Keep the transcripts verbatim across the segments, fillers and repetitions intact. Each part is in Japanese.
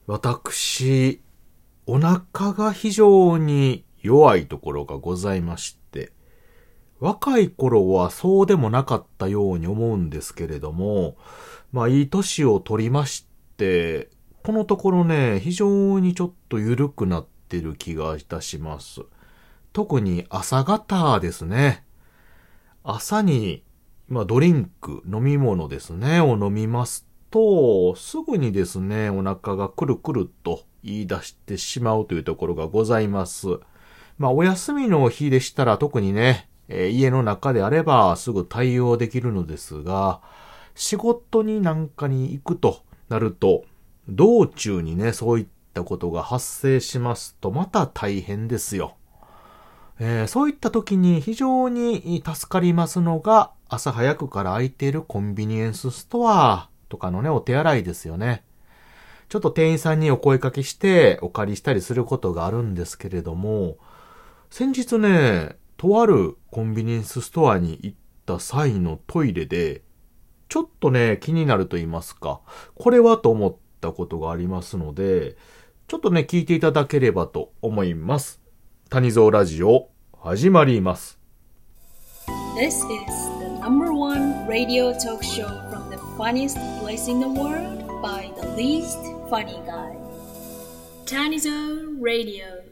私、お腹が非常に弱いところがございまして、若い頃はそうでもなかったように思うんですけれども、まあいい年を取りまして、このところね、非常にちょっと緩くなってる気がいたします。特に朝方ですね。朝に、まあドリンク、飲み物ですね、を飲みますと、すぐにですね、お腹がくるくると言い出してしまうというところがございます。まあお休みの日でしたら特にね、えー、家の中であればすぐ対応できるのですが、仕事になんかに行くとなると、道中にね、そういったことが発生しますと、また大変ですよ。えー、そういった時に非常に助かりますのが、朝早くから空いているコンビニエンスストアとかのね、お手洗いですよね。ちょっと店員さんにお声掛けしてお借りしたりすることがあるんですけれども、先日ね、とあるコンビニエンスストアに行った際のトイレで、ちょっとね、気になると言いますか、これはと思ったことがありますので、ちょっとね、聞いていただければと思います。谷蔵ラジオ、始まります。 This is the number one radio talk show from the funniest place in the world by the least funny guy. Tanizo Radio.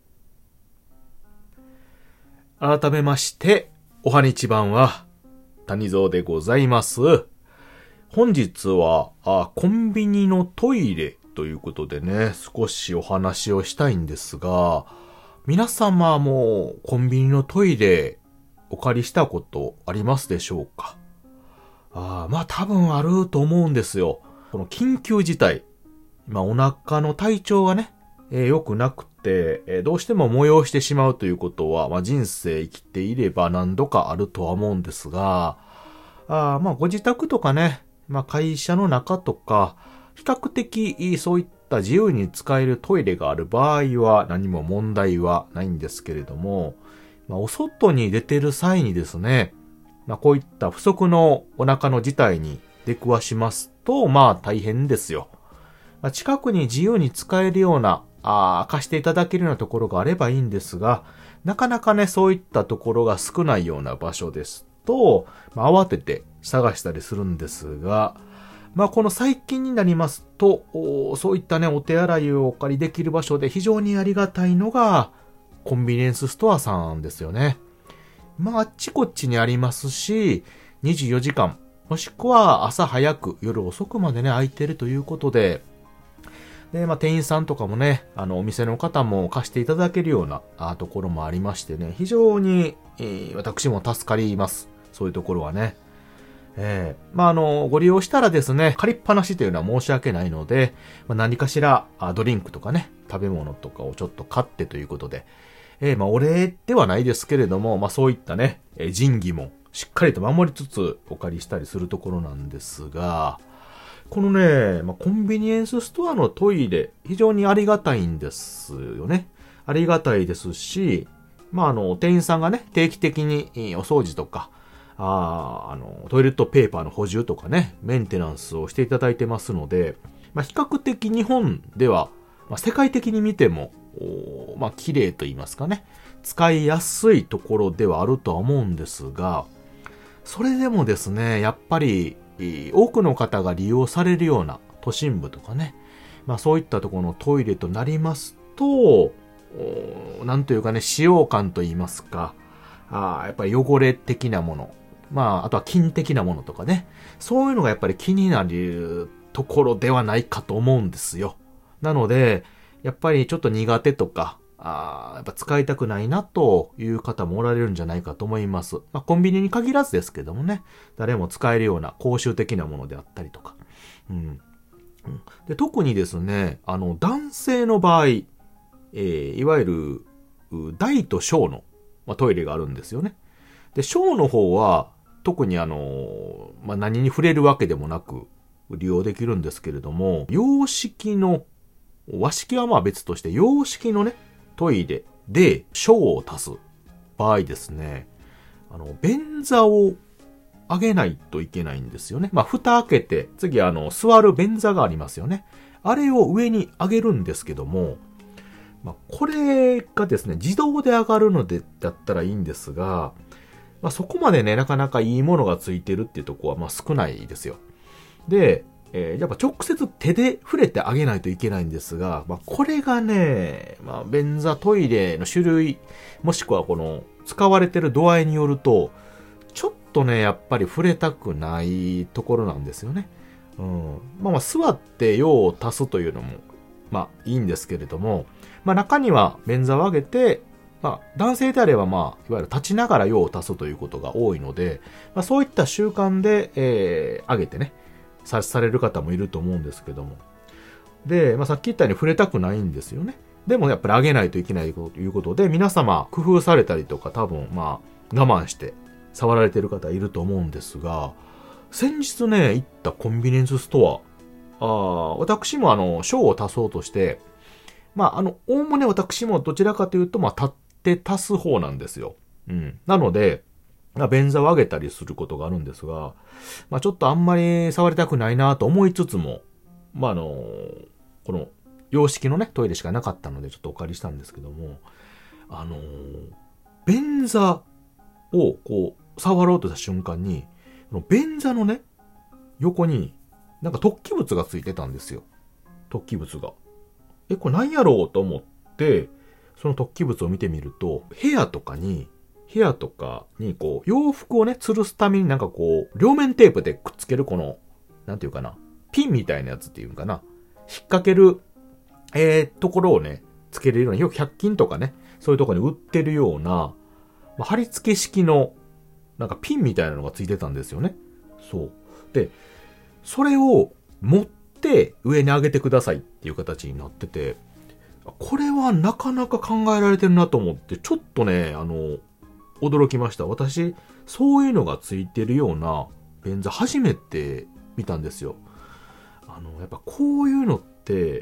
改めまして、おはにちばんは、谷蔵でございます。本日はあ、コンビニのトイレということでね、少しお話をしたいんですが、皆様もコンビニのトイレお借りしたことありますでしょうか？あまあ多分あると思うんですよ。この緊急事態、まあお腹の体調がね、えー、良くなくて、えー、どうしても催してしまうということは、まあ人生生きていれば何度かあるとは思うんですが、あまあご自宅とかね、まあ会社の中とか、比較的そういった自由に使えるトイレがある場合は何も問題はないんですけれども、まあ、お外に出てる際にですね、まあ、こういった不測のお腹の事態に出くわしますと、まあ大変ですよ。まあ、近くに自由に使えるような、あ貸していただけるようなところがあればいいんですが、なかなかね、そういったところが少ないような場所ですと、まあ、慌てて探したりするんですが、まあこの最近になりますと、そういったね、お手洗いをお借りできる場所で非常にありがたいのが、コンビニエンスストアさんですよね。まああっちこっちにありますし、にじゅうよじかん、もしくは朝早く、夜遅くまでね、空いてるということで、で、まあ店員さんとかもね、あのお店の方も貸していただけるようなあところもありましてね、非常に、えー、私も助かります。そういうところはね。えー、まあ、あの、ご利用したらですね、借りっぱなしというのは申し訳ないので、まあ、何かしらドリンクとかね、食べ物とかをちょっと買ってということで、えー、まあ、お礼ではないですけれども、まあ、そういったね、仁義もしっかりと守りつつお借りしたりするところなんですが、このね、まあ、コンビニエンスストアのトイレ、非常にありがたいんですよね。ありがたいですし、まあ、あの、店員さんがね、定期的にお掃除とか、ああの、トイレットペーパーの補充とかね、メンテナンスをしていただいてますので、まあ、比較的日本では、まあ、世界的に見ても、まあ、綺麗と言いますかね、使いやすいところではあるとは思うんですが、それでもですね、やっぱり、多くの方が利用されるような都心部とかね、まあ、そういったところのトイレとなりますと、なんというかね、使用感と言いますか、あやっぱり汚れ的なもの、まあ、あとは菌的なものとかね。そういうのがやっぱり気になるところではないかと思うんですよ。なので、やっぱりちょっと苦手とか、あやっぱ使いたくないなという方もおられるんじゃないかと思います。まあ、コンビニに限らずですけどもね。誰も使えるような公衆的なものであったりとか。うん。で特にですね、あの、男性の場合、えー、いわゆる、大と小の、まあ、トイレがあるんですよね。で、小の方は、特にあの、まあ、何に触れるわけでもなく利用できるんですけれども、洋式の、和式はまあ別として、洋式のね、トイレで小を足す場合ですね、あの、便座を上げないといけないんですよね。まあ、蓋開けて、次あの、座る便座がありますよね。あれを上に上げるんですけども、まあ、これがですね、自動で上がるのでだったらいいんですが、まあ、そこまでね、なかなかいいものがついてるっていうところはまあ少ないですよ。で、えー、やっぱ直接手で触れてあげないといけないんですが、まあ、これがね、まあ、便座トイレの種類、もしくはこの使われてる度合いによると、ちょっとね、やっぱり触れたくないところなんですよね。うん。まあまあ、座って用を足すというのも、まあいいんですけれども、まあ中には便座を上げて、まあ男性であればまあ、いわゆる立ちながら用を足すということが多いので、まあそういった習慣で、えー、上げてね、さされる方もいると思うんですけども。で、まあさっき言ったように触れたくないんですよね。でもやっぱり上げないといけないということで、皆様工夫されたりとか多分まあ我慢して触られてる方いると思うんですが、先日ね、行ったコンビニエンスストア、あ私もあの、賞を足そうとして、まあ、あの、おおむね私もどちらかというと、まあ、立って足す方なんですよ。うん。なので、まあ、便座を上げたりすることがあるんですが、まあ、ちょっとあんまり触りたくないなと思いつつも、まあ、あの、この、洋式のね、トイレしかなかったので、ちょっとお借りしたんですけども、あの、便座をこう、触ろうとした瞬間に、便座のね、横に、なんか突起物がついてたんですよ。突起物が。え、これ何やろうと思って、その突起物を見てみると、部屋とかに、部屋とかにこう、洋服をね、吊るすためになんかこう、両面テープでくっつけるこの、なんていうかな、ピンみたいなやつっていうんかな、引っ掛ける、えー、ところをね、つけれるような、よくひゃく均とかね、そういうところに売ってるような、まあ、貼り付け式の、なんかピンみたいなのがついてたんですよね。そう。で、それを持って上に上げてくださいっていう形になってて、これはなかなか考えられてるなと思って、ちょっとね、あの、驚きました。私、そういうのがついてるような便座初めて見たんですよ。あの、やっぱこういうのって、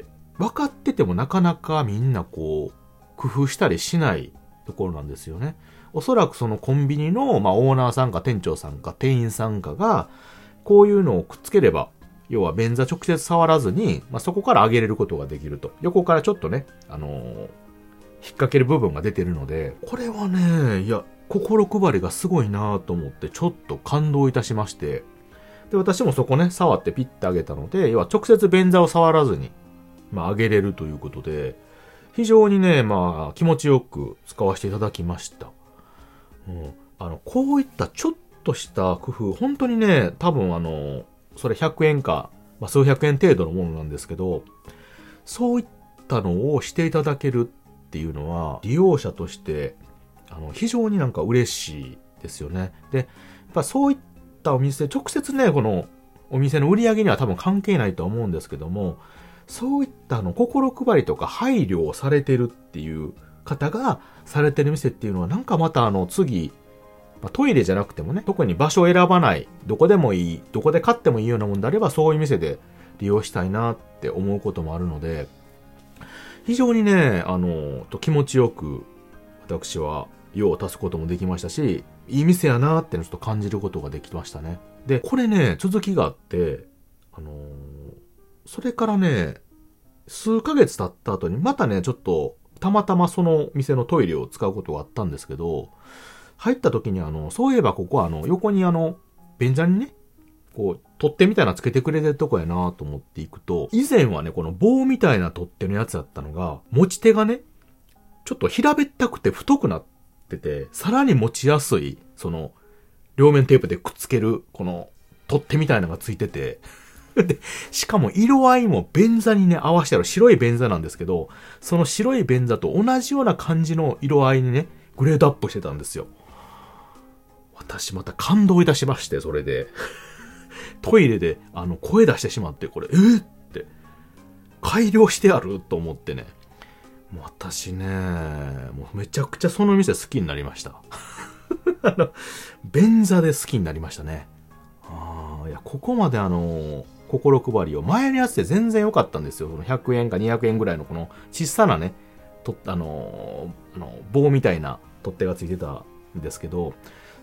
分かっててもなかなかみんなこう、工夫したりしないところなんですよね。おそらくそのコンビニの、まあ、オーナーさんか店長さんか店員さんかが、こういうのをくっつければ、要は便座直接触らずに、まあ、そこから上げれることができると。横からちょっとね、あのー、引っ掛ける部分が出てるので、これはね、いや、心配りがすごいなと思って、ちょっと感動いたしまして、で、私もそこね、触ってピッて上げたので、要は直接便座を触らずに、まあ、上げれるということで、非常にね、まあ、気持ちよく使わせていただきました。うん、あの、こういったちょっとした工夫、本当にね、多分あの、それひゃくえんか、まあ、数百円程度のものなんですけど、そういったのをしていただけるっていうのは、利用者として、あの、非常になんか嬉しいですよね。で、やっぱそういったお店、直接ね、このお店の売り上げには多分関係ないと思うんですけども、そういったの心配りとか配慮をされてるっていう方がされてる店っていうのはなんかまたあの次、まあ、トイレじゃなくてもね、特に場所を選ばない、どこでもいい、どこで買ってもいいようなもんであればそういう店で利用したいなって思うこともあるので、非常にね、あの、と気持ちよく私は用を足すこともできましたし、いい店やなってのちょっと感じることができましたね。で、これね、続きがあって、あのー、それからね、数ヶ月経った後にまたね、ちょっとたまたまその店のトイレを使うことがあったんですけど、入った時にあの、そういえばここはあの、横にあの、便座にね、こう、取っ手みたいなのつけてくれてるとこやなと思っていくと、以前はね、この棒みたいな取っ手のやつだったのが、持ち手がね、ちょっと平べったくて太くなってて、さらに持ちやすい、その、両面テープでくっつける、この、取っ手みたいなのがついてて、で、しかも色合いも便座にね、合わせてある白い便座なんですけど、その白い便座と同じような感じの色合いにね、グレードアップしてたんですよ。私また感動いたしまして、それで。トイレで、あの、声出してしまって、これ、えー、って、改良してあると思ってね。もう私ね、もうめちゃくちゃその店好きになりました。あの、便座で好きになりましたね。ああ、いや、ここまであの、心配りを、前のやつで全然良かったんですよ。そのひゃくえんかにひゃくえんぐらいのこの小さなね、と、あの、あの、棒みたいな取っ手がついてたんですけど、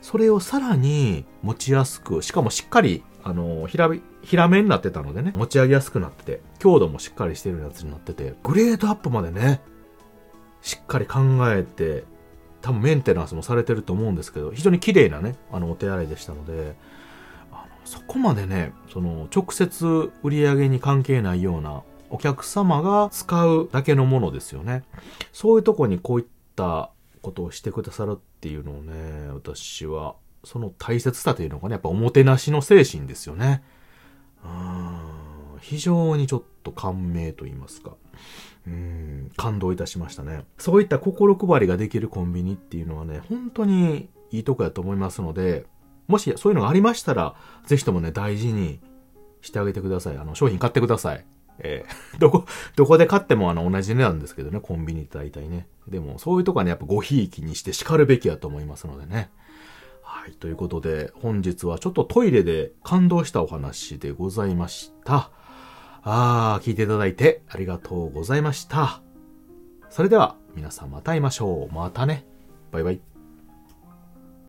それをさらに持ちやすく、しかもしっかり、あの、平び、平めになってたのでね、持ち上げやすくなってて、強度もしっかりしてるやつになってて、グレードアップまでね、しっかり考えて、多分メンテナンスもされてると思うんですけど、非常に綺麗なね、あの、お手洗いでしたので、あのそこまでね、その、直接売り上げに関係ないような、お客様が使うだけのものですよね。そういうとこにこういったことをしてくださるっていうのをね、私は、その大切さというのがね、やっぱおもてなしの精神ですよね。うーん、非常にちょっと感銘と言いますか、うーん、感動いたしましたね。そういった心配りができるコンビニっていうのはね、本当にいいとこやと思いますので、もしそういうのがありましたら、ぜひともね、大事にしてあげてください。あの、商品買ってください。えー、どこ、どこで買ってもあの同じ値段ですけどね、コンビニって大体ね。でも、そういうとこはね、やっぱごひいきにして叱るべきやと思いますのでね。はい、ということで、本日はちょっとトイレで感動したお話でございました。あー、聞いていただいてありがとうございました。それでは、皆さんまた会いましょう。またね。バイバイ。